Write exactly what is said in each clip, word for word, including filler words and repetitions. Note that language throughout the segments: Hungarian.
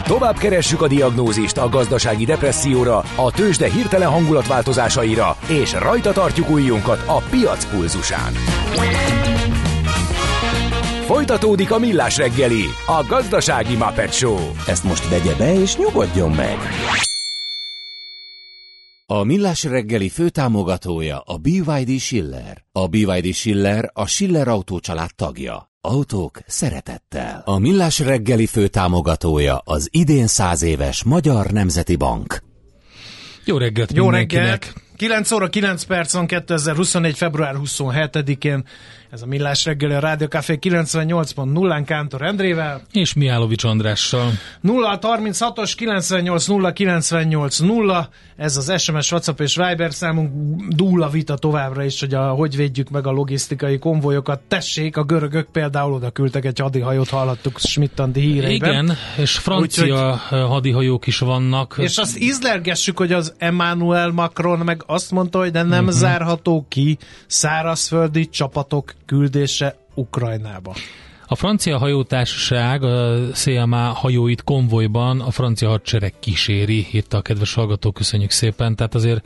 Tovább keressük a diagnózist a gazdasági depresszióra, a tőzsde hirtelen hangulatváltozásaira, és rajta tartjuk ujjunkat a piac pulzusán. Folytatódik a Millás reggeli, a gazdasági Muppet Show. Ezt most vegye be és nyugodjon meg! A Millás reggeli főtámogatója a bé vé dé Schiller. A bé vé dé Schiller a Schiller Autó család tagja. Autók szeretettel. A Millás reggeli főtámogatója az idén száz éves Magyar Nemzeti Bank. Jó reggelt Jó mindenkinek! reggelt! kilenc óra kilenc perc van kétezer-huszonnégy. február huszonhetedikén. Ez a Millás reggeli, a Rádió Café kilencvennyolc pont nullán Kántor Endrével. És Mihálovics Andrással. nulla harminchatos kilencvennyolc nulla kilencvennyolc nulla. Ez az es em es, WhatsApp és Viber számunk. Dúl a vita továbbra is, hogy a, hogy védjük meg a logisztikai konvojokat. Tessék, a görögök például oda küldtek egy hadihajót, hallottuk Schmidt-Andi híreiben. Igen, és francia Úgyhogy, hadihajók is vannak. És azt ízlelgessük, hogy az Emmanuel Macron meg azt mondta, hogy de nem uh-huh. zárható ki szárazföldi csapatok küldése Ukrajnába. A francia hajótársaság, a cé em á hajóit konvojban a francia hadsereg kíséri, írta a kedves hallgató, köszönjük szépen. Tehát azért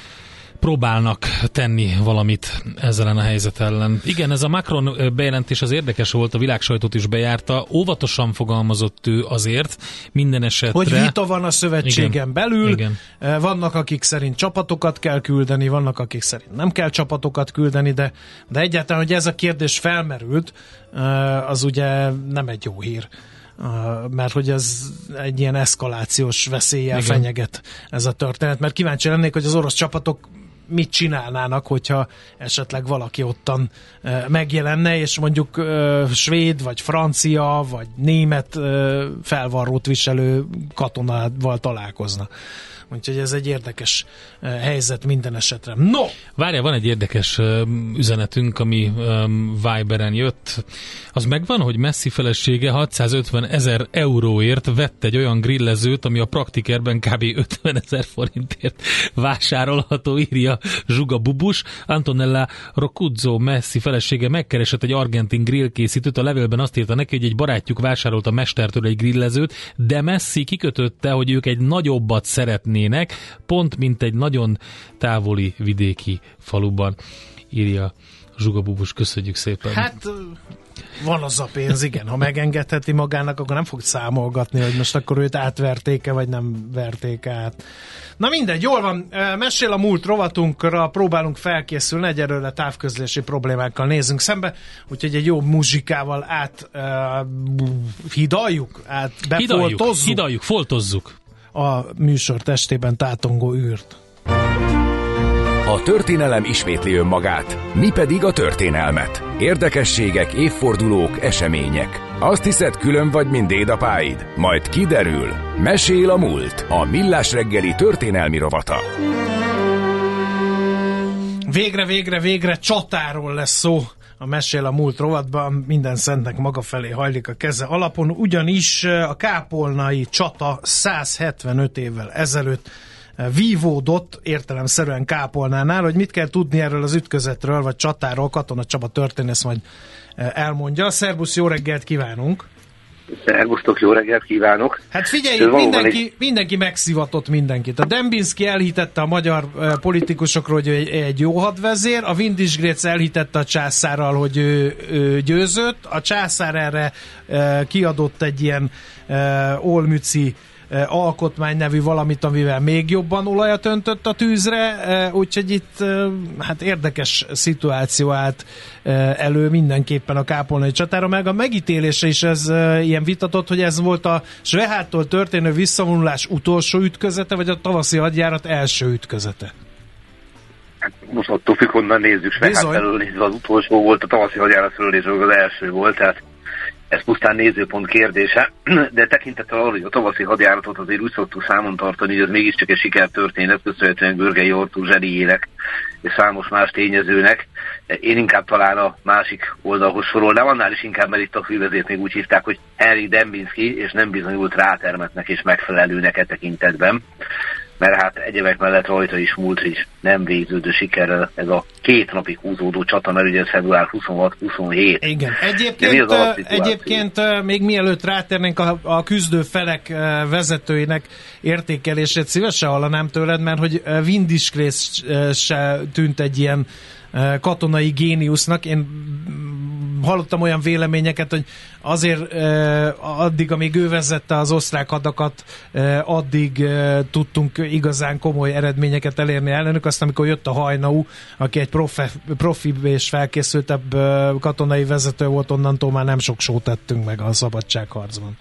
próbálnak tenni valamit ezzel a helyzet ellen. Igen, ez a Macron bejelentés az érdekes volt, a világsajtót is bejárta, óvatosan fogalmazott ő azért, minden esetre. Hogy vita van a szövetségen Igen. belül, Igen. vannak akik szerint csapatokat kell küldeni, vannak akik szerint nem kell csapatokat küldeni, de, de egyáltalán, hogy ez a kérdés felmerült, az ugye nem egy jó hír. Uh, mert hogy ez egy ilyen eszkalációs veszéllyel Igen. fenyeget ez a történet, mert kíváncsi lennék, hogy az orosz csapatok mit csinálnának, hogyha esetleg valaki ottan uh, megjelenne, és mondjuk uh, svéd, vagy francia, vagy német uh, felvarrót viselő katonával találkozna. Úgyhogy ez egy érdekes uh, helyzet minden esetre. No! Várjál, van egy érdekes uh, üzenetünk, ami um, Viberen jött. Az megvan, hogy Messi felesége hatszázötven ezer euróért vett egy olyan grillezőt, ami a Praktikerben kb. ötven ezer forintért vásárolható, írja Zsuga Bubus. Antonella Rocuzzo Messi felesége megkeresett egy argentin grillkészítőt, a levélben azt írta neki, hogy egy barátjuk vásárolt a mestertől egy grillezőt, de Messi kikötötte, hogy ők egy nagyobbat szeretnének, pont mint egy nagyon távoli vidéki faluban, írja Zsuga Bubus, köszönjük szépen. Hát van az a pénz, igen. Ha megengedheti magának, akkor nem fog számolgatni, hogy most akkor őt átverték-e, vagy nem verték át. Na mindegy, jól van. Mesél a múlt rovatunkra, próbálunk felkészülni, egyelőre távközlési problémákkal nézünk szembe, úgyhogy egy jó muzsikával át uh, hidaljuk, át befoltozzuk. Hidaljuk, foltozzuk a műsor testében tátongó űrt. A történelem ismétli önmagát, mi pedig a történelmet. Érdekességek, évfordulók, események. Azt hiszed, külön vagy, mint dédapáid? Majd kiderül. Mesél a múlt. A Millás reggeli történelmi rovata. Végre, végre, végre csatáról lesz szó. A Mesél a múlt rovatban, minden szentnek maga felé hajlik a keze alapon, ugyanis a kápolnai csata száz hetvenöt évvel ezelőtt vívódott értelemszerűen Kápolnánál. Hogy mit kell tudni erről az ütközetről, vagy csatáról, Katona Csaba történész majd elmondja. Szerbusz, jó reggelt kívánunk! Szervusztok, jó reggelt kívánok! Hát figyelj, mindenki, egy... mindenki megszivatott mindenkit. A Dembinski elhitette a magyar politikusokról, hogy ő egy jó hadvezér, a Windisgrétz elhitette a császárral, hogy ő, ő győzött, a császár erre kiadott egy ilyen olmüci alkotmány nevű valamit, amivel még jobban olajat öntött a tűzre, úgyhogy itt hát érdekes szituáció állt elő mindenképpen a kápolnai csatára, meg a megítélése is ez ilyen vitatott, hogy ez volt a Svehától történő visszavonulás utolsó ütközete, vagy a tavaszi hadjárat első ütközete? Most attól függ, honnan nézzük, Svehát felől nézve az utolsó volt, a tavaszi hadjárat felől nézve az első volt, tehát ez pusztán nézőpont kérdése, de tekintettel arra, hogy a tavaszi hadjáratot azért úgy szoktuk számon tartani, hogy ez mégiscsak egy sikertörténet, köszönhetően Görgei Artúr zseniének és számos más tényezőnek. Én inkább talán a másik oldalhoz sorolnám, annál is inkább, mert itt a fővezért még úgy hívták, hogy Henrik Dembinski, és nem bizonyult rátermetnek és megfelelőnek e tekintetben. mert hát egyebek mellett rajta is múlt, hogy nem végződő sikerrel ez a két napig húzódó csata, mert ugye február huszonhat huszonhét. Igen, egyébként, egyébként még mielőtt rátérnénk a, a küzdő felek vezetőinek értékelését, szívesen hallanám tőled, mert hogy Windisgräs se tűnt egy ilyen katonai géniusznak. Én hallottam olyan véleményeket, hogy azért eh, addig, amíg ő vezette az osztrák hadakat, eh, addig eh, tudtunk igazán komoly eredményeket elérni ellenük. Aztán, amikor jött a Hajnau, aki egy profi, profi és felkészültebb eh, katonai vezető volt, onnantól már nem sok sót tettünk meg a szabadságharcban.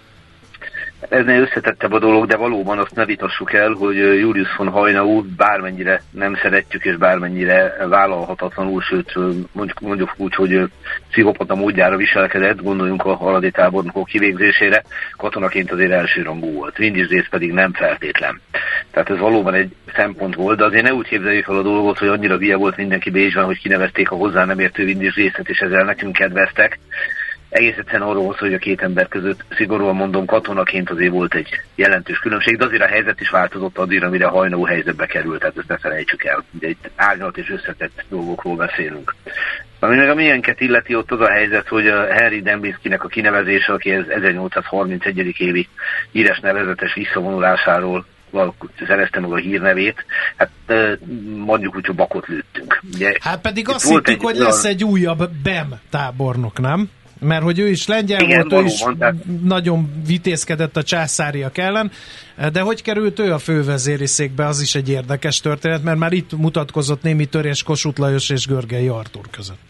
Eznél összetettebb a dolog, de valóban azt ne vitassuk el, hogy Julius von Hajnau bármennyire nem szeretjük, és bármennyire vállalhatatlanul, sőt mondjuk, mondjuk úgy, hogy pszichopata módjára viselkedett, gondoljunk a haladé tábornokok kivégzésére, katonaként azért elsőrangú volt. Windisgräs pedig nem feltétlen. Tehát ez valóban egy szempont volt, de azért ne úgy képzeljük el a dolgot, hogy annyira hülye volt mindenki Bécsben, hogy kinevezték a hozzá nem értő Windisgräset, és ezzel nekünk kedveztek. Egész egyszerűen arról volt, hogy a két ember között szigorúan mondom, katonaként azért volt egy jelentős különbség, de azért a helyzet is változott addig, amire Hajnau helyzetbe került, tehát ezt ne felejtsük el. Ugye itt árnyalt és összetett dolgokról beszélünk. Ami meg a milyenket illeti, ott az a helyzet, hogy a Henry Dembinskinek a kinevezése, aki ez ezernyolcszázharmincegyedik évi híres nevezetes visszavonulásáról szerezte meg a hírnevét, hát mondjuk úgy, hogy bakot lőttünk. Ugye, hát pedig azt hittük, hogy lesz egy újabb bé e em tábornok, nem? Mert hogy ő is lengyel igen, volt, ő is tehát... nagyon vitézkedett a császáriak ellen, de hogy került ő a fővezéri székbe, az is egy érdekes történet, mert már itt mutatkozott némi törés Kossuth Lajos és Görgei Artúr között.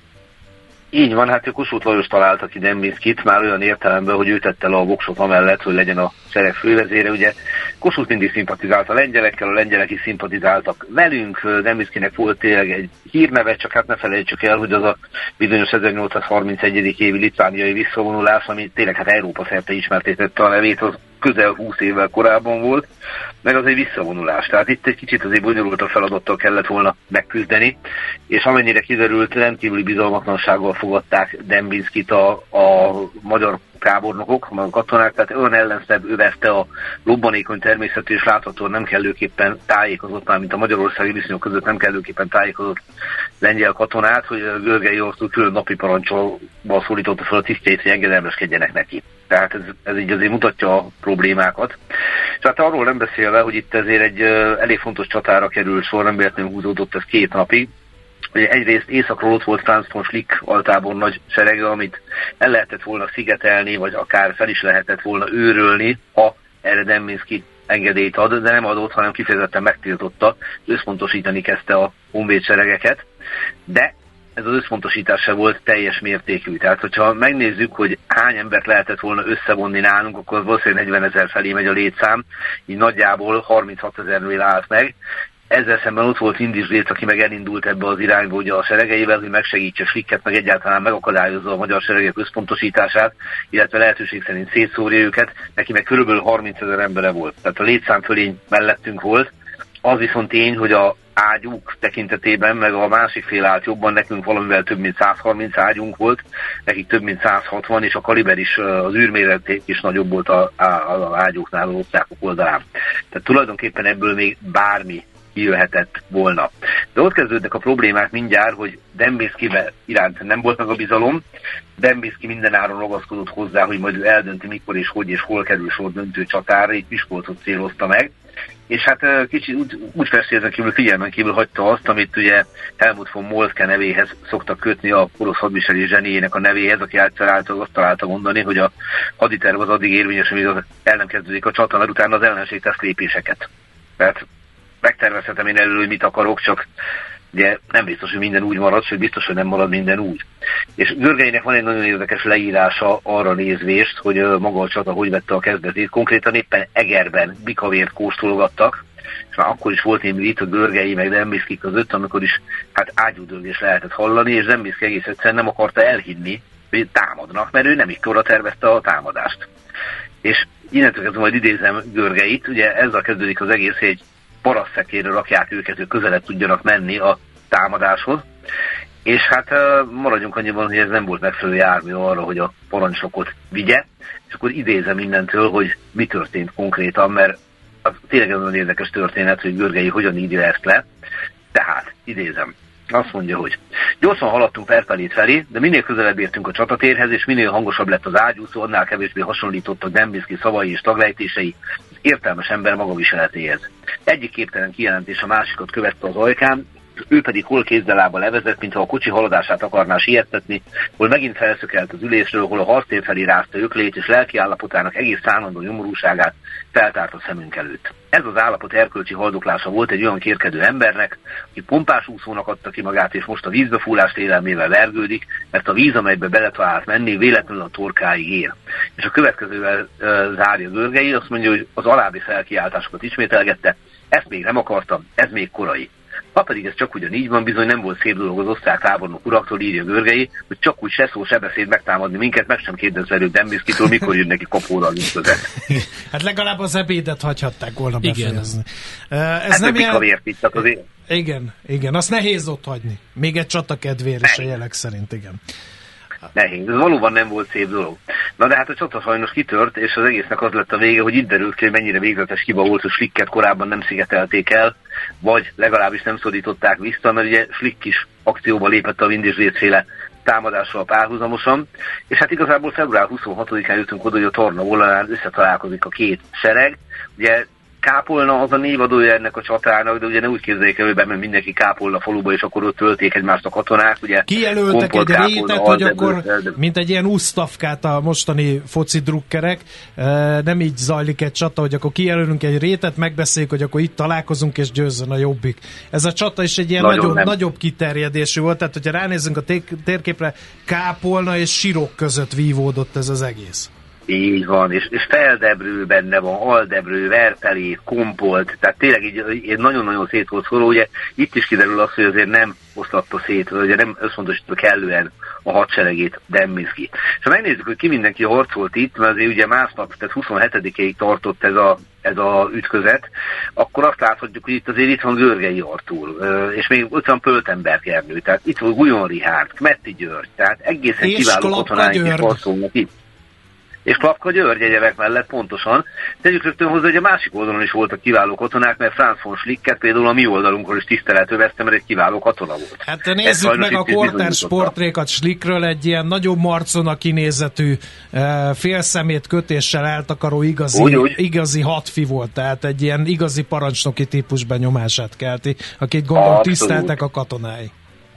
Így van, hát Kossuth Lajos találta ki Dembinskit már olyan értelemben, hogy ő tette le a voksot amellett, hogy legyen a sereg fővezére. Ugye Kossuth mindig szimpatizált a lengyelekkel, a lengyelek is szimpatizáltak velünk, Dembinskinek volt tényleg egy hírneve, csak hát ne felejtsük el, hogy az a bizonyos ezernyolcszázharmincegyedik évi litvániai visszavonulás, ami tényleg hát Európa szerte ismertetette a nevét, az közel húsz évvel korábban volt, meg az egy visszavonulás. Tehát itt egy kicsit azért bonyolult a feladattal kellett volna megküzdeni, és amennyire kiderült, rendkívüli bizalmatlansággal fogadták Dembinskit a, a magyar tábornokok, a katonák, tehát olyan ellenszebb övezte a lobbanékony természetű és láthatóan nem kellőképpen tájékozott, már mint a magyarországi viszonyok között nem kellőképpen tájékozott lengyel katonát, hogy a Görgei Artúr külön napi parancsolva szólította fel a tisztjeit, hogy engedelmeskedjenek neki. Tehát ez, ez így azért mutatja a problémákat. És hát arról nem beszélve, hogy itt ezért egy uh, elég fontos csatára került sor, nem véletlenül húzódott ez két napig. Ugye egyrészt északról ott volt Franz von Schlick altábor nagy serege, amit el lehetett volna szigetelni, vagy akár fel is lehetett volna őrölni, ha erre Dembinski engedélyt ad, de nem adott, hanem kifejezetten megtiltotta, összpontosítani kezdte a honvéd seregeket, de ez az összpontosítás se volt teljes mértékű. Tehát, hogyha megnézzük, hogy hány embert lehetett volna összevonni nálunk, akkor valószínűleg negyvenezer felé megy a létszám, így nagyjából harminchatezernél állt meg. Ezzel szemben ott volt Windisgräs, aki meg elindult ebbe az irányba ugye a seregeivel, hogy megsegítse Schlicket, meg egyáltalán megakadályozza a magyar seregek összpontosítását, illetve lehetőség szerint szétszórja őket. Neki meg körülbelül harmincezer embere volt. Tehát a létszám fölény mellettünk volt. Az viszont tény, hogy a ágyúk tekintetében, meg a másik fél állt jobban, nekünk valamivel több mint százharminc ágyunk volt, nekik több mint százhatvan, és a kaliber is, az űrméret is nagyobb volt az ágyúknál, az osztrákok oldalán. Tehát tulajdonképpen ebből még bármi kijöhetett volna. De ott kezdődnek a problémák mindjárt, hogy Dembinskibe iránt nem volt meg a bizalom, Dembinski mindenáron ragaszkodott hozzá, hogy majd ő eldönti, mikor és hogy és hol kerül sor döntő csatára, itt Miskolcot célozta meg, és hát kicsit úgy, úgy festézen kívül, figyelmen kívül hagyta azt, amit ugye Helmut von Moltke nevéhez szoktak kötni a orosz hadviselés zseniének a nevéhez, aki egyszer által azt találta mondani, hogy a haditerv az addig érvényes, amíg el nem kezdődik a csata, mert utána az ellenség tesz lépéseket. Tehát megtervezhetem én elő, hogy mit akarok, csak ugye nem biztos, hogy minden úgy marad, sőt biztos, hogy nem marad minden úgy. És Görgeinek van egy nagyon érdekes leírása arra nézvést, hogy maga a csata hogy vette a kezdetét. Konkrétan éppen Egerben bikavért kóstolgattak, és már akkor is volt némi vita Görgei meg Dembinski között, amikor is hát ágyúdörgés lehetett hallani, és Dembinski egész egyszerűen nem akarta elhinni, hogy támadnak, mert ő nem ikkorra tervezte a támadást. És innentől kezdve majd idézem Görgeit, ugye ezzel kezdődik az egész, hogy egy parasztszekérre rakják őket, hogy közelebb tudjanak menni a támadáshoz, és hát maradjunk annyiban, hogy ez nem volt megfelelő jármű arra, hogy a parancsnokot vigye, és akkor idézem innentől, hogy mi történt konkrétan, mert az tényleg ez az érdekes történet, hogy Görgei hogyan írja ezt le. Tehát, idézem, azt mondja, hogy gyorsan haladtunk Perpelét felé, de minél közelebb értünk a csatatérhez, és minél hangosabb lett az ágyúszó, annál kevésbé hasonlítottak Dembinski szavai és taglejtései az értelmes ember maga viseletéhez. Egyik képtelen kijelentés a másikat követte az ajkán, ő pedig hol kézdelába levezett, mintha a kocsi haladását akarná siettetni, hol megint felszökelt az ülésről, hol a harctér felé rázta öklét, és lelki állapotának egész szánandó nyomorúságát feltárt a szemünk előtt. Ez az állapot erkölcsi haldoklása volt egy olyan kérkedő embernek, aki pompás úszónak adta ki magát, és most a vízbefúlás élelmével vergődik, mert a víz, amelybe beletalált menni, véletlenül a torkáig ér. És a következővel uh, zárja Görgei, azt mondja, hogy az alábbi felkiáltásokat ismételgette, ezt még nem akartam, ez még korai. Ha pedig ez csak ugyanígy van, bizony nem volt szép dolog az osztrák tábornok uraktól, írja Görgei, hogy csak úgy se szó, se beszéd megtámadni minket, meg sem kérdezve előbb Dembinskitől, mikor jön neki kapóra a ütközet. Hát legalább az ebédet hagyhatták volna befejezni. Ez hát nem ilyen... vért itt, azért. Igen, igen, azt nehéz ott hagyni. Még egy csata kedvére is a jelek szerint, igen. Nehéz, ez valóban nem volt szép dolog. Na de hát a csata sajnos kitört, és az egésznek az lett a vége, hogy itt derült ki, hogy mennyire végletes hiba volt, hogy Schlicket korábban nem szigetelték el, vagy legalábbis nem szorították vissza, mert ugye Schlick is akcióba lépett a Windisch-féle támadással párhuzamosan, és hát igazából február huszonhatodikán jutunk oda, hogy a torna volánál összetalálkozik a két sereg. Ugye Kápolna az a névadója ennek a csatának, de ugye ne úgy képzeljék el, hogy bemen mindenki Kápolna faluba, és akkor ott tölték egymást a katonák. Ugye kijelöltek egy rétet, hogy akkor, mint egy ilyen úsztafkát a mostani foci drukkerek, nem így zajlik egy csata, hogy akkor kijelölünk egy rétet, megbeszéljük, hogy akkor itt találkozunk, és győzzön a jobbik. Ez a csata is egy ilyen nagyon nagyobb, nagyobb kiterjedésű volt, tehát hogyha ránézzünk a térképre, Kápolna és Sirok között vívódott ez az egész. Így van, és, és Feldebrő benne van, Aldebrő, Vertelé, Kompolt, tehát tényleg így, így nagyon-nagyon szét volt szóló, ugye itt is kiderül az, hogy azért nem oszlatta szét, ugye nem összpontosítva kellően a hadseregét Dembinski. És ha megnézzük, hogy ki mindenki harcolt itt, mert azért ugye másnap, tehát huszonhetedikéig tartott ez a, ez a ütközet, akkor azt láthatjuk, hogy itt azért itt van Görgei Artúr, és még ott van Pöltenberg Ernő, tehát itt van Guyon Richárd, Kmetti György, tehát egészen és kiváló katonáink is harcolnak itt. És Klapka György egyebek mellett pontosan. Tegyük rögtön hozzá, hogy a másik oldalon is voltak kiváló katonák, mert Franz von Schlicket például a mi oldalunkról is tisztelet övezte, mert egy kiváló katona volt. Hát nézzük meg a kortárs portrékat Schlickről, egy ilyen nagyobb marcona kinézetű, félszemét kötéssel eltakaró igazi, úgy, úgy. igazi hatfi volt, tehát egy ilyen igazi parancsnoki típus benyomását kelti, akit gondolom tiszteltek a katonái.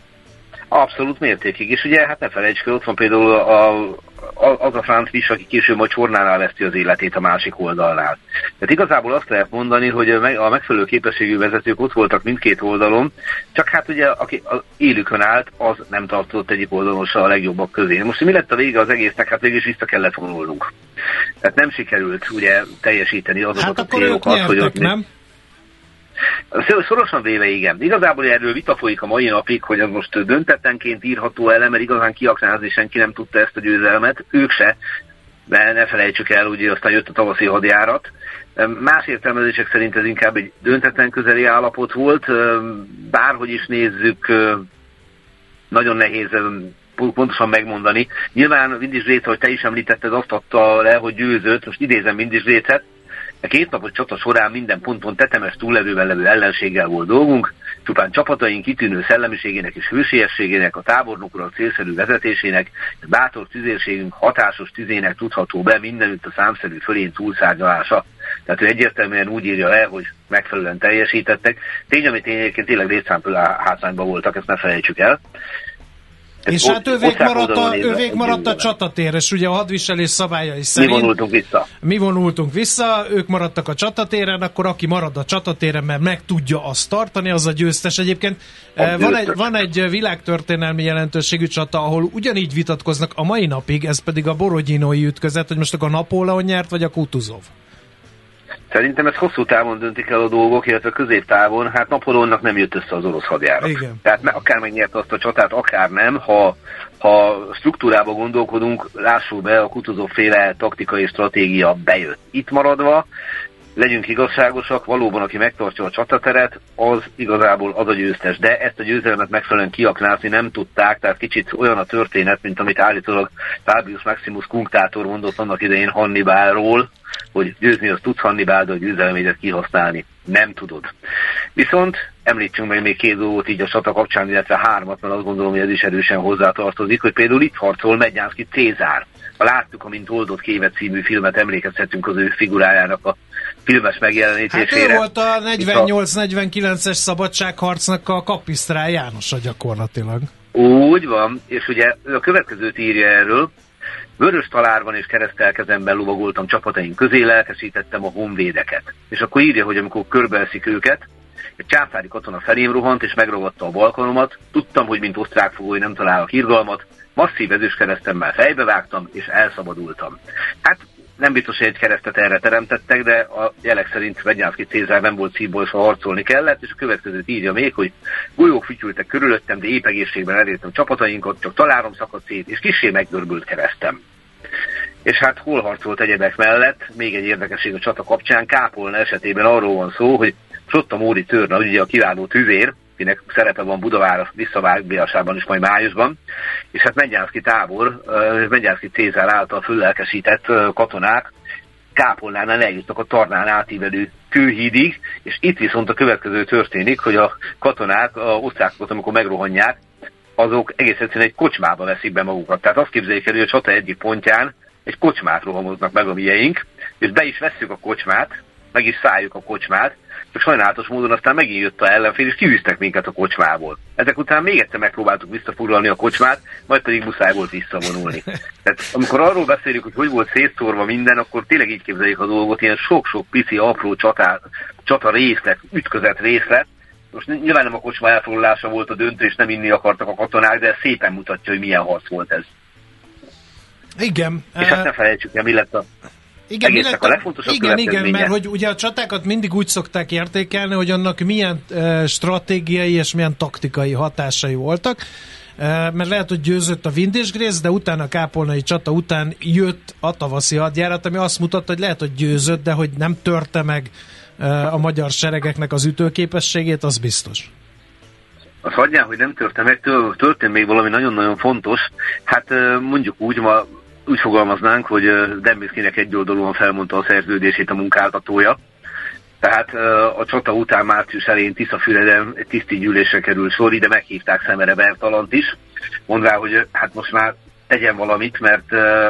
Abszolút mértékig, és ugye hát ne felejtsük, hogy ott van például a, a, az a Franz Fisch, aki később majd Csornánál veszti az életét a másik oldalnál. Tehát igazából azt lehet mondani, hogy a megfelelő képességű vezetők ott voltak mindkét oldalon, csak hát ugye aki az élükön állt, az nem tartott egyik oldalon se a legjobbak közé. Most mi lett a vége az egésznek? Hát végül is vissza kellett vonulnunk. Tehát nem sikerült ugye teljesíteni azokat hát a célokat, hogy ott nem? Szorosan véve igen. Igazából erről vita folyik a mai napig, hogy az most döntetlenként írható el, mert igazán kiaknázni senki nem tudta ezt a győzelmet, ők se, de ne felejtsük el, hogy aztán jött a tavaszi hadjárat. Más értelmezések szerint ez inkább egy döntetlen közeli állapot volt, bárhogy is nézzük, nagyon nehéz pontosan megmondani. Nyilván Windisch-Récz, ahogy te is említetted, azt adta le, hogy győzött, most idézem Windisch-Récet, a két napos csata során minden ponton tetemes túllevővel levő ellenséggel volt dolgunk, csupán csapataink kitűnő szellemiségének és hősiességének, a tábornok urak célszerű vezetésének, bátor tüzérségünk hatásos tüzének tudható be mindenütt a számszerű fölény túlszárnyalása. Tehát ő egyértelműen úgy írja le, hogy megfelelően teljesítettek. Tény, amit egyébként tényleg létszámpől hátrányban voltak, ezt ne felejtsük el. És ott, hát ővék maradt a, ővék maradt a csatatér, és ugye a hadviselés szabályai szerint... Mi vonultunk vissza. Mi vonultunk vissza, ők maradtak a csatatéren, akkor aki marad a csatatéren, mert meg tudja azt tartani, az a győztes. Egyébként a van, egy, van egy világtörténelmi jelentőségű csata, ahol ugyanígy vitatkoznak a mai napig, ez pedig a Borodinói ütközet, hogy most akkor a Napóleon nyert, vagy a Kutuzov. Szerintem ez hosszú távon döntik el a dolgok, illetve középtávon, hát Napóleonnak nem jött össze az orosz hadjárat. Igen. Tehát akár megnyerte azt a csatát, akár nem, ha, ha struktúrába gondolkodunk, lássuk be, a Kutuzov féle taktikai stratégia bejött. Itt maradva, legyünk igazságosak, valóban aki megtartja a csatateret, az igazából az a győztes, de ezt a győzelmet megfelelően kiaknázni nem tudták, tehát kicsit olyan a történet, mint amit állítólag Fabius Maximus Cunctator mondott annak idején Hannibalról, hogy győzni azt tudsz Hannibal, de a győzelmédet kihasználni nem tudod. Viszont említsünk meg még két dolgot így a csata kapcsán, illetve hármat, mert azt gondolom, hogy ez is erősen hozzátartozik, hogy például itt harcol Medjánszky Cézár. Ha láttuk, amint Oldott Kévet című filmet, emlékezhetünk az ő figurájának a filmes megjelenítésére. Hát ő volt a negyvennyolc negyvenkilences szabadságharcnak a kapisztrál Jánosa gyakorlatilag. Úgy van, és ugye a következőt írja erről: vörös talárban és keresztelkezemben lovagoltam csapataink közé, lelkesítettem a honvédeket. És akkor írja, hogy amikor körbeeszik őket, egy császári katona felém rohant és megragadta a balkanomat, tudtam, hogy mint osztrákfogói nem találok irgalmat, masszív ezüstkeresztemmel fejbevágtam és elszabadultam. Hát nem biztos, hogy egy keresztet erre teremtettek, de a jelek szerint Medjánszky Cézár nem volt szívból, ha harcolni kellett, és a következőt írja még, hogy golyók fütyültek körülöttem, de épp egészségben elértem csapatainkat, csak talárom szakadt szét, és kissé megdörbült keresztem. És hát hol harcolt egyebek mellett, még egy érdekesség a csata kapcsán, Kápolna esetében arról van szó, hogy Csotta Móri Törna, ugye a kiváló tüzér, akinek szerepe van Budavára visszavágásában is majd májusban, és hát Medjánszky tábor, Medjánszky Cézár által föllelkesített katonák Kápolnánál eljutnak a Tarnán átívelő kőhídig, és itt viszont a következő történik, hogy a katonák, a osztrákokat, amikor megrohanják, azok egész egyszerűen egy kocsmába veszik be magukat. Tehát azt képzeljék el, hogy a csata egyik pontján egy kocsmát rohamoznak meg a mieink, és be is vesszük a kocsmát, meg is szálljuk a kocsmát, csak sajnálatos módon aztán megint jött a ellenfél, és kiűztek minket a kocsmából. Ezek után még egyszer megpróbáltuk visszafoglalni a kocsmát, majd pedig muszáj volt visszavonulni. Tehát amikor arról beszélünk, hogy hogy volt szétszórva minden, akkor tényleg így képzeljük a dolgot, ilyen sok-sok pici, apró csatá, csata részlet, ütközet részlet. Most nyilván nem a kocsma elfoglalása volt a döntő, és nem inni akartak a katonák, de ez szépen mutatja, hogy milyen harc volt ez. Igen. És hát ne felejtsük el, mi lett a... Igen, mi lett a, a igen, igen, mert hogy ugye a csatákat mindig úgy szokták értékelni, hogy annak milyen uh, stratégiai és milyen taktikai hatásai voltak, uh, mert lehet, hogy győzött a Windisgrész, de utána a kápolnai csata után jött a tavaszi hadjárat, ami azt mutatta, hogy lehet, hogy győzött, de hogy nem törte meg uh, a magyar seregeknek az ütőképességét, az biztos. Azt hagyjál, hogy nem törte meg, történt még valami nagyon-nagyon fontos. Hát mondjuk úgy, ma úgy fogalmaznánk, hogy Dembinskinek egyoldalúan felmondta a szerződését a munkáltatója. Tehát a csata után március elején Tiszafüreden egy tisztséggyűlésre került sor, ide meghívták Szemere Bertalant is, mondvá, hogy hát most már tegyen valamit, mert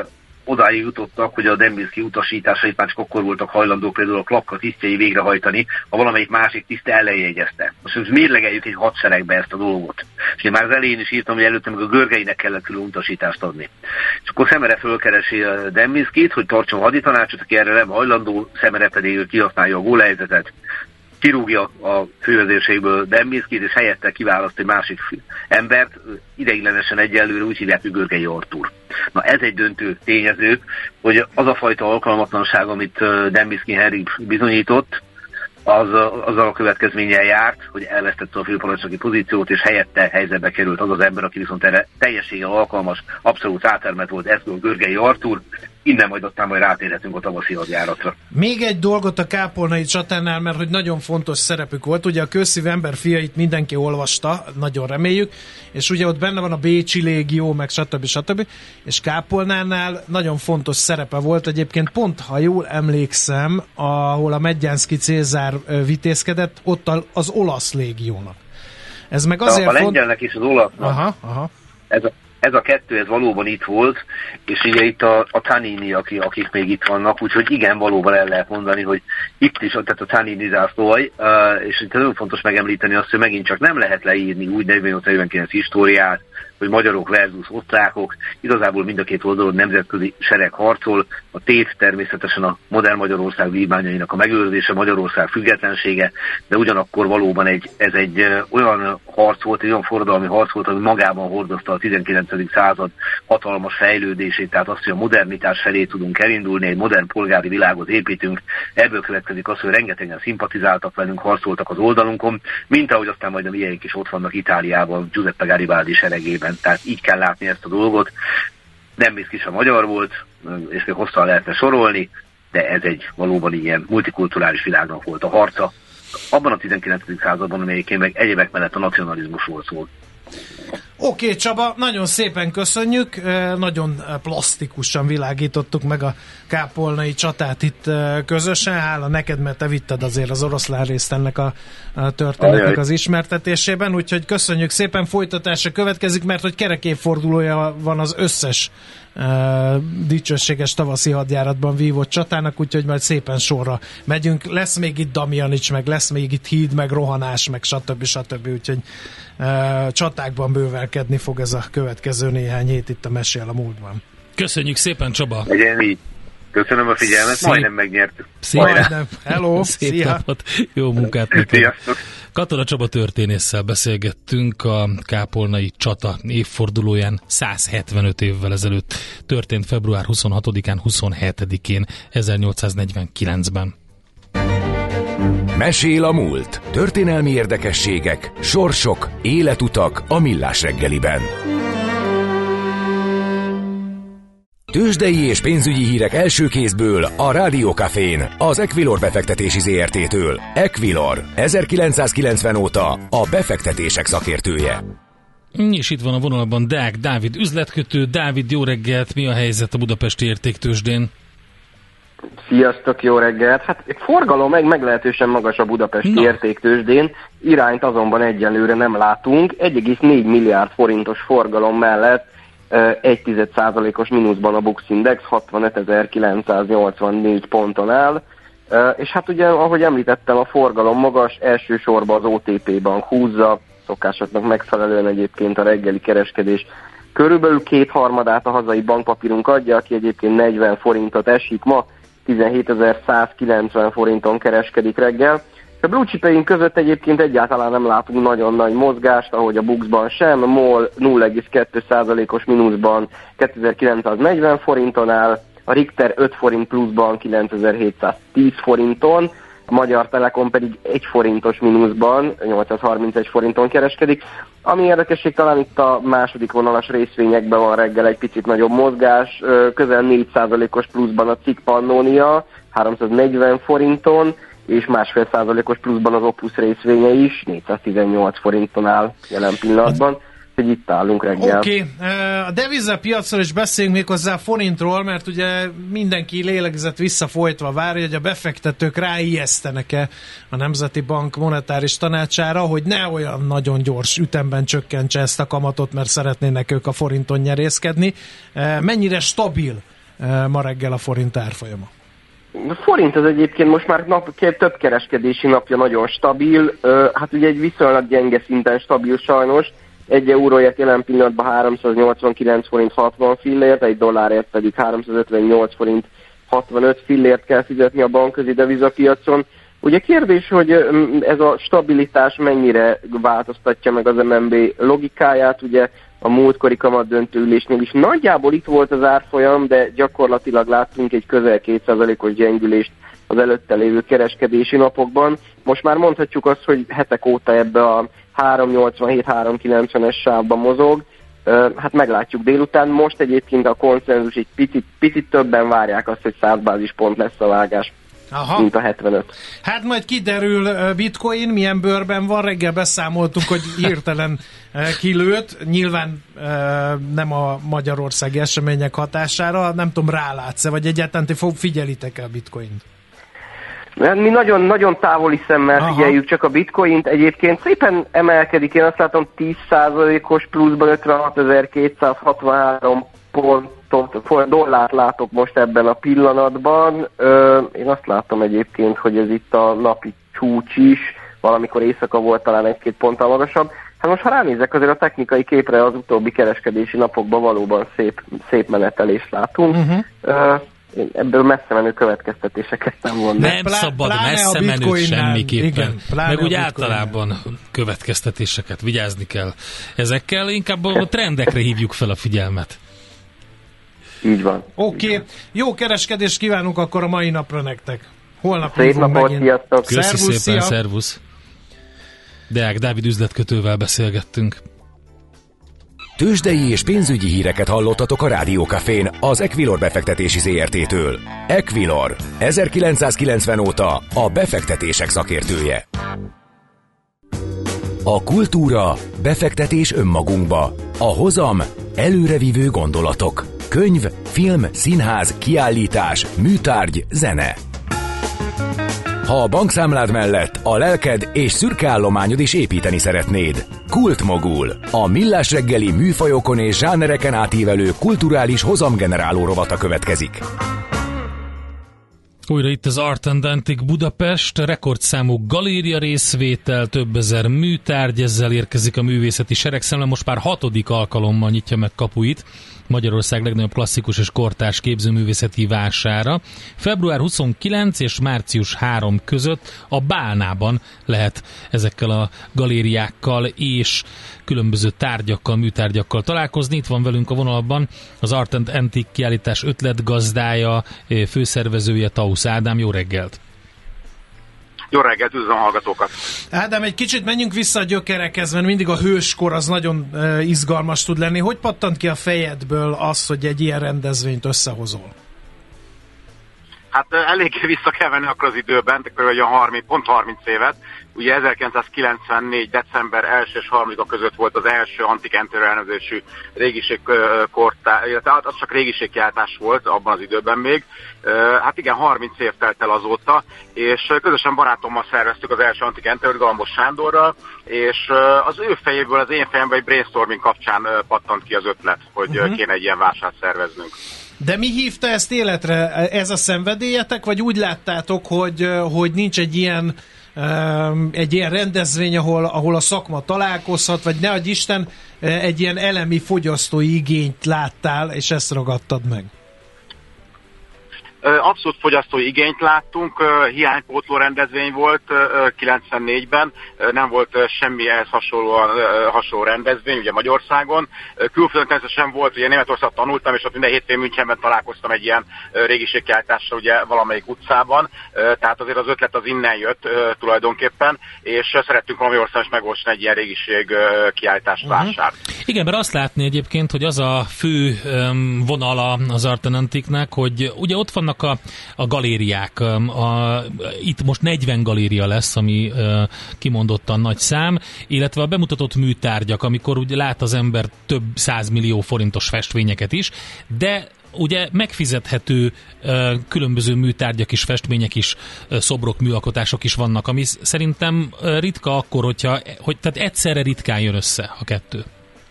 odáig jutottak, hogy a Dembinski utasításait már csak akkor voltak hajlandók például a klapka tisztjei végrehajtani, ha valamelyik másik tiszte ellenjegyezte. Most, most mérlegeljük egy hadseregbe ezt a dolgot. És én már az elején is írtam, hogy előtte meg a Görgeinek kellett külön utasítást adni. És akkor Szemere fölkeresi a Dembinskit, hogy tartson haditanácsot, aki erre nem hajlandó, Szemere pedig kihasználja a gólhelyzetet, kirúgja a fővezérségből Dembinskit, és helyette kiválaszt egy másik embert, ideiglenesen egyelőre úgy hívják, hogy Görgei Artúr. Na ez egy döntő tényező, hogy az a fajta alkalmatlanság, amit Dembinski Henrik bizonyított, az, azzal a következménnyel járt, hogy elvesztette a főparancsnoki pozíciót, és helyette helyzetbe került az az ember, aki viszont erre teljességgel alkalmas, abszolút átermet volt, ez a Görgei Artúr. Innen majd aztán majd rátérhetünk a tavaszi hadjáratra. Még egy dolgot a kápolnai csatánál, mert hogy nagyon fontos szerepük volt. Ugye a Kőszív ember fiait mindenki olvasta, nagyon reméljük, és ugye ott benne van a Bécsi légió, meg stb. stb. És Kápolnánál nagyon fontos szerepe volt egyébként, pont ha jól emlékszem, ahol a Medjánszky Cézár vitézkedett, ott az olasz légiónak. Ez meg azért a lengyelnek font... is az olasznak. Aha, aha. Ez a Ez a kettő, ez valóban itt volt, és ugye itt a, a Tanini, akik, akik még itt vannak, úgyhogy igen, valóban el lehet mondani, hogy itt is, tehát a Tanini zászlóaj, uh, és itt nagyon fontos megemlíteni azt, hogy megint csak nem lehet leírni úgy negyvennyolc negyvenkilenc históriát, hogy magyarok versus osztrákok, igazából mind a két oldalon nemzetközi sereg harcol, a tét természetesen a modern Magyarország vívmányainak a megőrzése, Magyarország függetlensége, de ugyanakkor valóban egy, ez egy olyan harc volt, egy olyan forradalmi harc volt, ami magában hordozta a tizenkilencedik század hatalmas fejlődését, tehát azt, hogy a modernitás felé tudunk elindulni, egy modern polgári világot építünk, ebből következik az, hogy rengetegen szimpatizáltak velünk, harcoltak az oldalunkon, mint ahogy aztán majd a miénk is ott vannak Itáliában, Giuseppe Garibaldi seregében. Tehát így kell látni ezt a dolgot. Dembinski is a magyar volt, és még hosszan lehetne sorolni. de ez egy valóban ilyen multikulturális világnak volt a harca. Abban a tizenkilencedik században, amelyikén meg egyébek mellett a nacionalizmusról szól. Oké, okay, Csaba, nagyon szépen köszönjük, nagyon plastikusan világítottuk meg a kápolnai csatát itt közösen, hála neked, mert te vitted azért az oroszlán részt ennek a történetnek az ismertetésében, úgyhogy köszönjük szépen, folytatása következik, mert hogy kerek évfordulója van az összes uh, dicsőséges tavaszi hadjáratban vívott csatának, úgyhogy majd szépen sorra megyünk, lesz még itt Damjanics, meg lesz még itt híd, meg rohanás, meg stb. stb. Úgyhogy uh, csatákban bővelkedni fog ez a következő néhány hét itt a Mesél a múltban. Köszönjük szépen, Csaba! Legyen így. Köszönöm a figyelmet, Szép. majdnem megnyertük. Majdnem. Hello, szép szia! napot, jó munkát neked! Sziasztok! Katona Csaba történésszel beszélgettünk a kápolnai csata évfordulóján százhetvenöt évvel ezelőtt. Történt február huszonhatodikán, huszonhetedikén ezernyolcszáznegyvenkilencben. Mesél a múlt. Történelmi érdekességek, sorsok, életutak a Millás reggeliben. Tőzsdei és pénzügyi hírek első kézből a Rádió Cafén, az Equilor befektetési zé er té-től. Equilor, ezerkilencszázkilencven óta a befektetések szakértője. És itt van a vonalban Deák Dávid üzletkötő. Dávid, jó reggelt! Mi a helyzet a budapesti értéktőzsdén? Sziasztok, jó reggelt! Hát forgalom meg meglehetősen magas a budapesti Na. értéktőzsdén, irányt azonban egyelőre nem látunk. egy egész négy milliárd forintos forgalom mellett egy tized százalékos mínuszban a Bux Index hatvanötezer-kilencszáznyolcvannégy ponton áll, és hát ugye, ahogy említettem, a forgalom magas, elsősorban az o té pé Bank húzza, szokásoknak megfelelően egyébként a reggeli kereskedés körülbelül kétharmadát a hazai bankpapírunk adja, aki egyébként negyven forintot esik ma, tizenhétezer-százkilencven forinton kereskedik reggel. A blue chipeink között egyébként egyáltalán nem látunk nagyon nagy mozgást, ahogy a Buxban sem. MOL nulla egész kettő százalékos mínuszban kétezer-kilencszáznegyven forinton áll, a Richter öt forint pluszban kilencezer-hétszáztíz forinton, a Magyar Telekom pedig egy forintos mínuszban nyolcszázharmincegy forinton kereskedik. Ami érdekesség, talán itt a második vonalas részvényekben van reggel egy picit nagyobb mozgás, közel négy százalékos pluszban a cikk Pannonia háromszáznegyven forinton, és másfél százalékos pluszban az Opus részvénye is, négyszáztizennyolc forinton áll jelen pillanatban, hogy itt állunk reggel. Oké, okay. A devizapiacról is beszéljünk még hozzá forintról, mert ugye mindenki lélegzett visszafolytva várja, hogy a befektetők ráijesztenek-e a Nemzeti Bank monetáris tanácsára, hogy ne olyan nagyon gyors ütemben csökkentse ezt a kamatot, mert szeretnének ők a forinton nyerészkedni. Mennyire stabil ma reggel a forint árfolyama? A forint az egyébként most már nap, több kereskedési napja nagyon stabil, hát ugye egy viszonylag gyenge szinten stabil sajnos, egy euróért jelen pillanatban háromszáznyolcvankilenc forint hatvan fillért, egy dollárért pedig háromszázötvennyolc forint hatvanöt fillért kell fizetni a bankközi devizapiacon. Ugye kérdés, hogy ez a stabilitás mennyire változtatja meg az em en bé logikáját, ugye a múltkori kamatdöntő ülésnél is nagyjából itt volt az árfolyam, de gyakorlatilag láttunk egy közel két százalékos gyengülést az előtte lévő kereskedési napokban. Most már mondhatjuk azt, hogy hetek óta ebbe a három nyolcvanhét három kilencvenes sávban mozog. Hát meglátjuk délután. Most egyébként a konszenzus egy picit, picit többen várják azt, hogy száz bázispont lesz a vágás. Aha. Mint a hetvenöt. Hát majd kiderül Bitcoin, milyen bőrben van, reggel beszámoltunk, hogy hirtelen kilőtt, nyilván nem a magyarországi események hatására, nem tudom, rálátsz-e, vagy egyáltalán ti figyelitek-e a Bitcoint? Mi nagyon, nagyon távoli szemmel Aha. figyeljük csak a Bitcoint, egyébként szépen emelkedik, én azt látom tíz százalékos pluszban ötvenhatezer-kétszázhatvanhárom pont dollárt látok most ebben a pillanatban. Én azt látom egyébként, hogy ez itt a napi csúcs is, valamikor éjszaka volt talán egy-két ponttal magasabb. Hát most ha ránézek azért a technikai képre, az utóbbi kereskedési napokban valóban szép, szép menetelést látunk. Uh-huh. Én ebből messze menő következtetéseket nem vonnak. Nem Plá- szabad messze menő semmiképpen. Igen, meg úgy általában következtetéseket vigyázni kell ezekkel, inkább a trendekre hívjuk fel a figyelmet. Így van. Oké, okay. Jó kereskedést kívánunk akkor a mai napra nektek. Holnap Szép napot, sziasztok! Köszi szervusz, szépen, szia. Szervusz! Deák Dávid üzletkötővel beszélgettünk. Tőzsdei és pénzügyi híreket hallottatok a Rádiókafén az Equilor befektetési zé er té-től. Equilor, ezerkilencszázkilencven óta a befektetések szakértője. A kultúra, befektetés önmagunkba. A hozam, előrevívő gondolatok. Könyv, film, színház, kiállítás, műtárgy, zene. Ha a bankszámlád mellett a lelked és szürke állományod is építeni szeretnéd. Kultmogul, a millás reggeli műfajokon és zsánereken átívelő kulturális hozamgeneráló rovata következik. Újra itt az Art and Antique Budapest, rekordszámú galéria részvétel, több ezer műtárgy, ezzel érkezik a művészeti seregszemle, most már hatodik alkalommal nyitja meg kapuit Magyarország legnagyobb klasszikus és kortárs képzőművészeti vására. február huszonkilenc és március harmadika között a Bálnában lehet ezekkel a galériákkal és különböző tárgyakkal, műtárgyakkal találkozni. Itt van velünk a vonalban az Art and Antique kiállítás ötletgazdája, főszervezője, Tausz Ádám. Jó reggelt! Jó reggelt, üdvözlöm a hallgatókat! Ádám, egy kicsit menjünk vissza a gyökerekhez, mert mindig a hőskor az nagyon uh, izgalmas tud lenni. Hogy pattant ki a fejedből az, hogy egy ilyen rendezvényt összehozol? Hát eléggé vissza kell venni akkor az időben, kb. harminc, pont harminc évet. Ugye ezerkilencszázkilencvennégy. december első és harmadika között volt az első Antique Entero elnevezésű régiségkortár, illetve az csak régiségkiáltás volt abban az időben még. Hát igen, harminc év telt el azóta, és közösen barátommal szerveztük az első Antique Enterót, Galambos Sándorral, és az ő fejéből, az én fejemben egy brainstorming kapcsán pattant ki az ötlet, hogy uh-huh. kéne egy ilyen vásárt szerveznünk. De mi hívta ezt életre? Ez a szenvedélyetek, vagy úgy láttátok, hogy, hogy nincs egy ilyen, egy ilyen rendezvény, ahol, ahol a szakma találkozhat, vagy ne adj Isten, egy ilyen elemi fogyasztói igényt láttál, és ezt ragadtad meg? Abszolút fogyasztói igényt láttunk, hiánypótló rendezvény volt kilencvennégyben, nem volt semmi ehhez hasonlóan, hasonló rendezvény ugye Magyarországon. Külföldön természetesen volt, ugye Németországban tanultam, és ott minden hétfőn Münchenben találkoztam egy ilyen régiségkiállítással ugye valamelyik utcában, tehát azért az ötlet az innen jött tulajdonképpen, és szerettünk Magyarországon is megolvasni egy ilyen régiségkiállítást, vásárt. Uh-huh. Igen, mert azt látni egyébként, hogy az a fő vonala az Art and Antique-nek, hogy ugye ott vannak A, a galériák. A, a, itt most negyven galéria lesz, ami a, kimondottan nagy szám, illetve a bemutatott műtárgyak, amikor ugye lát az ember több százmillió forintos festményeket is, de ugye megfizethető uh, különböző műtárgyak is, festmények is, uh, szobrok, műalkotások is vannak, ami szerintem uh, ritka akkor, hogyha, hogy, tehát egyszerre ritkán jön össze a kettő.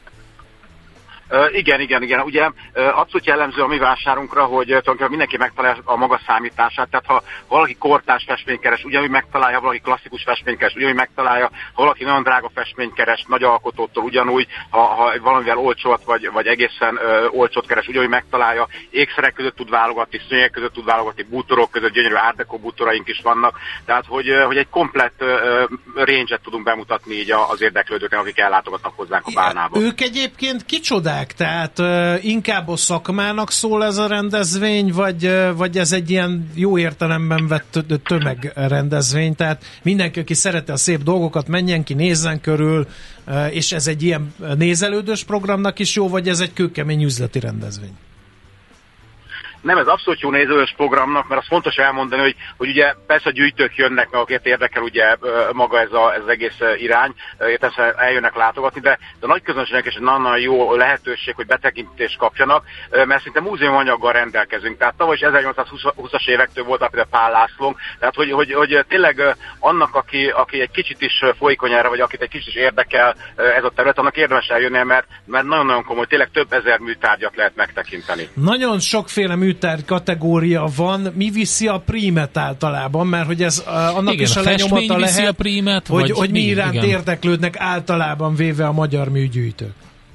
Uh, igen, igen, igen. Ugye uh, abszolút jellemző a mi vásárunkra, hogy uh, tulajdonképpen mindenki megtalálja a maga számítását, tehát ha valaki kortárs festményt keres, ugyanúgy megtalálja, ha valaki klasszikus festményt keres, ugyanúgy megtalálja, ha valaki nagyon drága festményt keres, nagy alkotótól ugyanúgy, ha, ha valamivel olcsót vagy, vagy egészen uh, olcsót keres, ugyanúgy megtalálja, ékszerek között tud válogatni, szőnyeg között tud válogatni, bútorok között, gyönyörű art deco bútoraink is vannak, tehát hogy, uh, hogy egy komplett uh, range-et tudunk bemutatni így az érdeklődőknek, akik ellátogatnak hozzánk a Bálnába. Ők egyébként kicsodák? Tehát uh, inkább a szakmának szól ez a rendezvény, vagy, uh, vagy ez egy ilyen jó értelemben vett tömegrendezvény, tehát mindenki, aki szereti a szép dolgokat, menjen ki, nézzen körül, uh, és ez egy ilyen nézelődős programnak is jó, vagy ez egy kőkemény üzleti rendezvény? Nem, ez abszolút jó nézős programnak, mert az fontos elmondani, hogy, hogy ugye persze a gyűjtők jönnek, meg akiket érdekel ugye maga ez, a, ez az egész irány, értelemszerűen eljönnek látogatni, de, de a nagy közönségnek is egy nagyon jó lehetőség, hogy betekintést kapjanak, mert szinte múzeumanyaggal rendelkezünk. Tehát tavaly is ezernyolcszázhúszas évektől volt például Pál Lászlónk, tehát hogy, hogy, hogy tényleg annak, aki, aki egy kicsit is folyékony erre, vagy akit egy kicsit is érdekel ez a terület, annak érdemes eljönni, mert, mert nagyon-nagyon komoly, tényleg több ezer műtárgyat lehet megtekinteni. Nagyon sokféle műtárgy kategória van. Mi viszi a prímet általában? Mert hogy ez uh, annak igen, is a lenyomata lehet, a prímet, hogy, vagy hogy mi iránt igen. érdeklődnek általában véve a magyar műgyűjtők.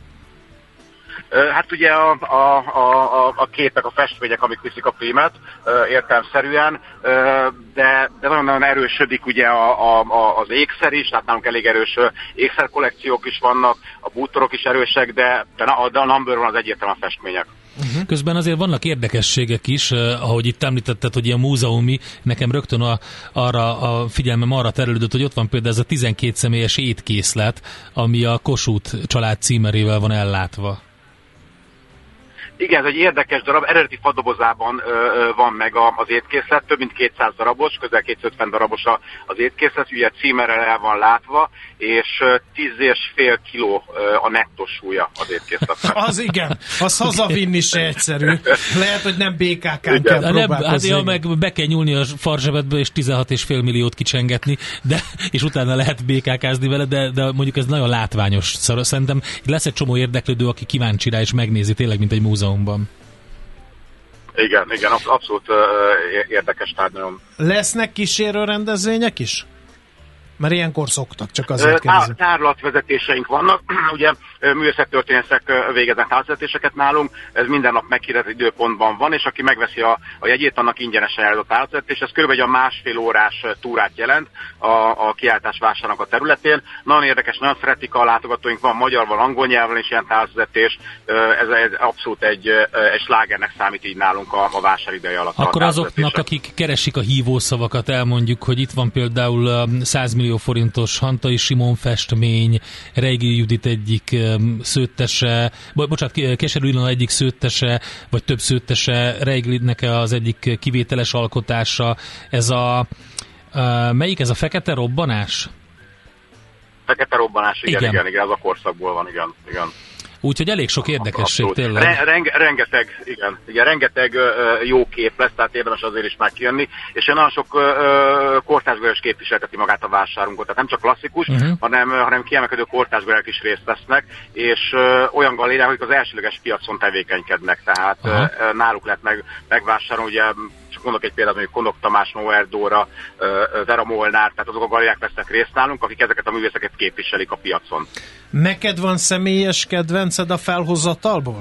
Hát ugye a, a, a, a képek, a festmények, amik viszik a prímet értelemszerűen, de, de nagyon-nagyon erősödik ugye a, a, az ékszer is, tehát nálunk elég erős ékszerkollekciók is vannak, a bútorok is erősek, de, de a, de a number van az egyértelműen a festmények. Uh-huh. Uh-huh. Közben azért vannak érdekességek is, ahogy itt említetted, hogy ilyen múzeumi, nekem rögtön a, arra a figyelmem arra terelődött, hogy ott van például ez a tizenkét személyes étkészlet, ami a Kossuth család címerével van ellátva. Igen, ez egy érdekes darab, eredeti fadobozában ö, ö, van meg a, az étkészlet, több mint kétszáz darabos, közel kétszázötven darabos a, az étkészlet, ugye címerrel el van látva, és tíz és fél kiló ö, a nettós súlya az étkészletnek. Az igen, az hazavinni se egyszerű. Lehet, hogy nem bé ká kán kell próbálkozni. Hát ja, meg be kell nyúlni a farzsebedbe, és tizenhat és fél milliót kicsengetni, de, és utána lehet bé ká kázni vele, de, de mondjuk ez nagyon látványos. Szóval szerintem lesz egy csomó érdeklődő, aki kíváncsi rá, és megnézi tényleg, mint egy múzeum. Igen, igen, abszolút uh, érdekes tárgyalom. Lesznek kísérő rendezvények is? Mert ilyenkor szoktak, csak azért kérdezem. Tárlatvezetéseink vannak, ugye művészettörténészek végeznek tárlatvezetéseket nálunk, ez minden nap meghirdetett időpontban van, és aki megveszi a, a jegyét, annak ingyenesen jár a tárlatvezetés, ez kb. Egy másfél órás túrát jelent a, a kiáltás vásárnak a területén. Nagyon érdekes, nagyon szeretik a látogatóink, van magyar, van angol nyelven is ilyen tárlatvezetés, ez, ez abszolút egy, egy slágernek számít így nálunk a, a vásár ideje alatt. Akkor azoknak, akik keresik a hívószavakat, elmondjuk, hogy itt van például száz millió forintos Hantai Simon festmény, Reigi Judit egyik um, szőttese, bo- bocsánat, Keserű Ilona egyik szőttese, vagy több szőttese, Reiglinek az egyik kivételes alkotása. Ez a, uh, melyik ez a fekete robbanás? Fekete robbanás, igen, igen, igen, igen, ez a korszakból van, igen, igen. Úgyhogy elég sok érdekesség Abszolút. tényleg. Re- renge- rengeteg, igen, igen, rengeteg uh, jó kép lesz, tehát érdemes azért is már kijönni, és nagyon sok uh, kortársgörös képviselteti magát a vásárunkot, tehát nem csak klasszikus, uh-huh. hanem, hanem kiemelkedő kortársgörök is részt vesznek, és uh, olyan galériák, akik az elsőleges piacon tevékenykednek, tehát uh, náluk lehet meg, megvásárolni, ugye csak mondok egy példát, mondjuk Konok Tamás, Noer Dóra, uh, Vera Molnár, tehát azok a galériák vesznek részt nálunk, akik ezeket a művészeket képviselik a piacon. Neked van személyes kedvenced a felhozatalból?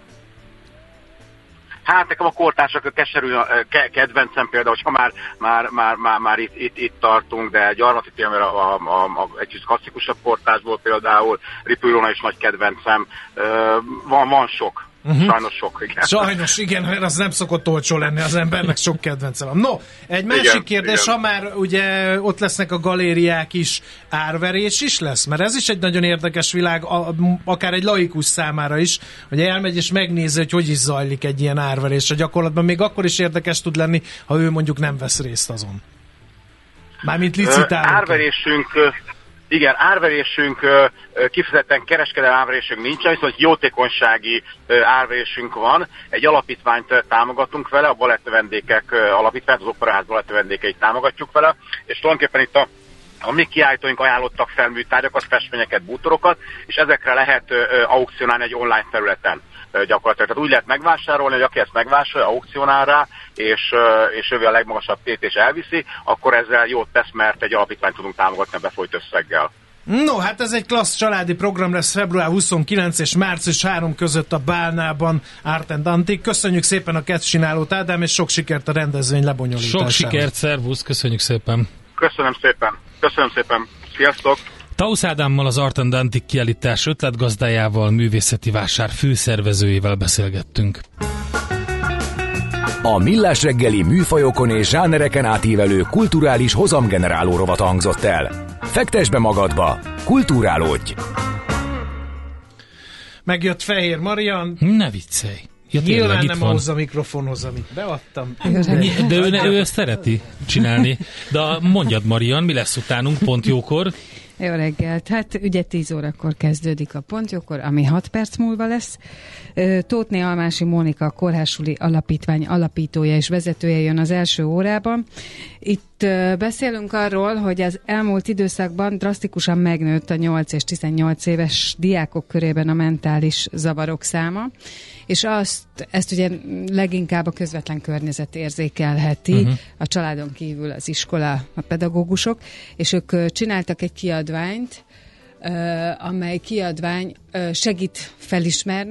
Hát nekem a kortársak keserű ke- kedvencem például, hogyha már, már, már, már, már itt, itt, itt tartunk, de Gyarmati Tilmer a, a, a, a, egy kicsit klasszikusabb kortársból például, Ripő Ilona is nagy kedvencem, uh, van, van sok. Uh-huh. Sajnos sok, igen. Sajnos, igen, mert az nem szokott olcsó lenni az embernek, sok kedvence van. No, egy másik igen, kérdés, igen. Ha már ugye ott lesznek a galériák is, árverés is lesz? Mert ez is egy nagyon érdekes világ, akár egy laikus számára is, hogy elmegy és megnézi, hogy hogy is zajlik egy ilyen árverés. A gyakorlatban még akkor is érdekes tud lenni, ha ő mondjuk nem vesz részt azon. Mármint licitálunk. Árverésünk... Igen, árverésünk, kifejezetten kereskedelmi árverésünk nincsen, viszont jótékonysági árverésünk van. Egy alapítványt támogatunk vele, a balettnövendékek alapítványt, az Operaház balettnövendékeit támogatjuk vele, és tulajdonképpen itt a A mi kiállítóink ajánlottak fel műtárgyakat, festményeket, bútorokat, és ezekre lehet aukcionálni egy online felületen gyakorlatilag. Tehát úgy lehet megvásárolni, hogy aki ezt megvásárolja, aukcionál rá, és, és ő a legmagasabb tét és elviszi, akkor ezzel jót tesz, mert egy alapítványt tudunk támogatni a befolyt összeggel. No, hát ez egy klassz családi program lesz február huszonkilencedike és március harmadika között a Bálnában, Art and Antique. Köszönjük szépen a kettcsinálót, Ádám, és sok sikert a rendezvény lebonyolításához. Sok sikert, szervusz, köszönjük szépen. Köszönöm szépen, köszönöm szépen, sziasztok! Tausz Ádámmal, az Art and Antique kiállítás ötletgazdájával, művészeti vásár főszervezőjével beszélgettünk. A Millás reggeli műfajokon és zsánereken átívelő kulturális hozamgeneráló rovat hangzott el. Fektesd be magadba, kulturálódj! Megjött Fehér Marian. Ne viccelj! Ja, nyilván nem ahhoz a mikrofonhoz, amit beadtam. De ő, ő ezt szereti csinálni. De mondjad, Marian, mi lesz utánunk pont jókor? Jó reggelt! Hát ugye tíz órakor kezdődik a Pontjókor, ami hat perc múlva lesz. Tótné Almási Mónika, a Kórházsuli Alapítvány alapítója és vezetője jön az első órában. Itt beszélünk arról, hogy az elmúlt időszakban drasztikusan megnőtt a nyolc és tizennyolc éves diákok körében a mentális zavarok száma, és azt, ezt ugye leginkább a közvetlen környezet érzékelheti, uh-huh. a családon kívül az iskola, a pedagógusok, és ők csináltak egy kiadványt, amely kiadvány segít felismerni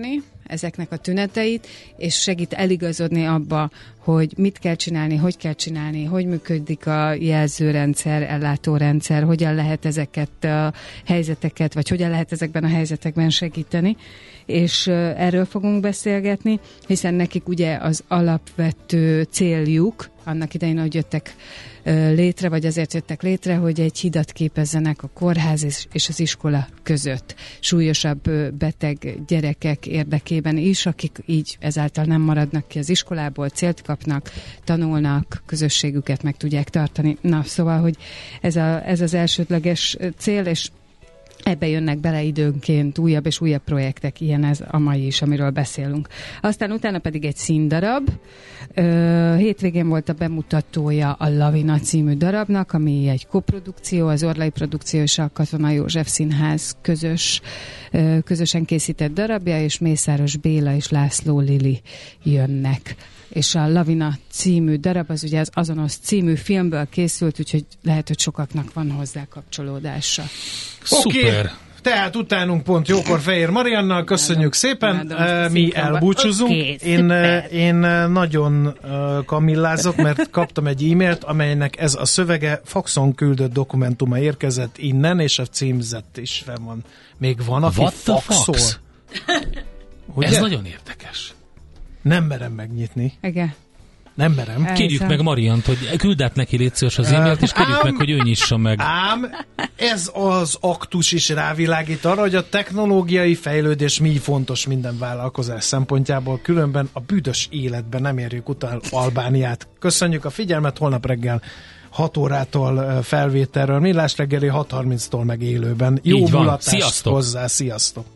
ezeknek a tüneteit, és segít eligazodni abba, hogy mit kell csinálni, hogy kell csinálni, hogy működik a jelzőrendszer, ellátórendszer, hogyan lehet ezeket a helyzeteket, vagy hogyan lehet ezekben a helyzetekben segíteni, és erről fogunk beszélgetni, hiszen nekik ugye az alapvető céljuk, annak idején, hogy jöttek létre, vagy azért jöttek létre, hogy egy hidat képezzenek a kórház és az iskola között. Súlyosabb beteg gyerekek érdekében is, akik így ezáltal nem maradnak ki az iskolából, célt kapnak, tanulnak, közösségüket meg tudják tartani. Na, szóval, hogy ez, a, ez az elsődleges cél, és ebbe jönnek bele időnként újabb és újabb projektek, ilyen ez a mai is, amiről beszélünk. Aztán utána pedig egy színdarab. Hétvégén volt a bemutatója a Lavina című darabnak, ami egy koprodukció, az Orlai Produkció és a Katona József Színház közös, közösen készített darabja, és Mészáros Béla és László Lili jönnek. És a Lavina című darab az ugye az Azonos című filmből készült, úgyhogy lehet, hogy sokaknak van hozzá kapcsolódása. Szuper! Okay. Tehát utánunk pont jókor Fejér Mariannal, köszönjük szépen, mi elbúcsúzunk. Okay, én, én nagyon kamillázok, mert kaptam egy e-mailt, amelynek ez a szövege faxon küldött dokumentuma érkezett innen, és a címzett is fel van. Még van, aki What faxol. Fox? Ez nagyon érdekes. Nem merem megnyitni. Igen. Nem merem. Kérjük meg Mariant, hogy küld át neki légy szíves az e-mailt, és kérjük ám, meg, hogy ő nyissa meg. Ám ez az aktus is rávilágít arra, hogy a technológiai fejlődés mi fontos minden vállalkozás szempontjából, különben a büdös életben nem érjük után Albániát. Köszönjük a figyelmet, holnap reggel hat órától felvételről, Millás reggeli hat harminctól meg élőben. Jó mulatást hozzá, sziasztok!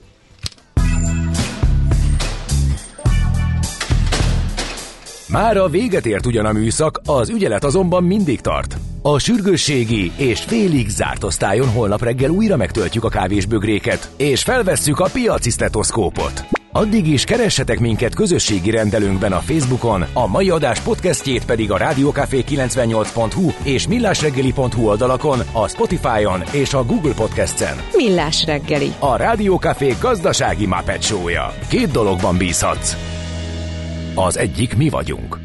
Mára véget ért ugyan a műszak, az ügyelet azonban mindig tart. A sürgősségi és félig zárt osztályon holnap reggel újra megtöltjük a kávésbögréket, és felvesszük a piaci sztetoszkópot. Addig is keressetek minket közösségi rendelőnkben a Facebookon, a mai adás podcastjét pedig a rádiókafé kilencvennyolc pont hu és millásreggeli pont hu oldalakon, a Spotify-on és a Google Podcast-en. Millás reggeli. A Rádiókafé gazdasági Muppet show-ja. Két dologban bízhatsz. Az egyik mi vagyunk.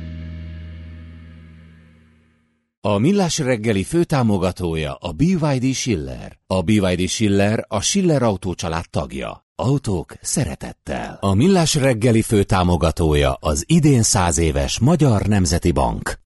A Millás reggeli főtámogatója a bé vé dé Schiller. A bé vé dé Schiller a Schiller Autó család tagja. Autók szeretettel. A Millás reggeli főtámogatója az idén száz éves Magyar Nemzeti Bank.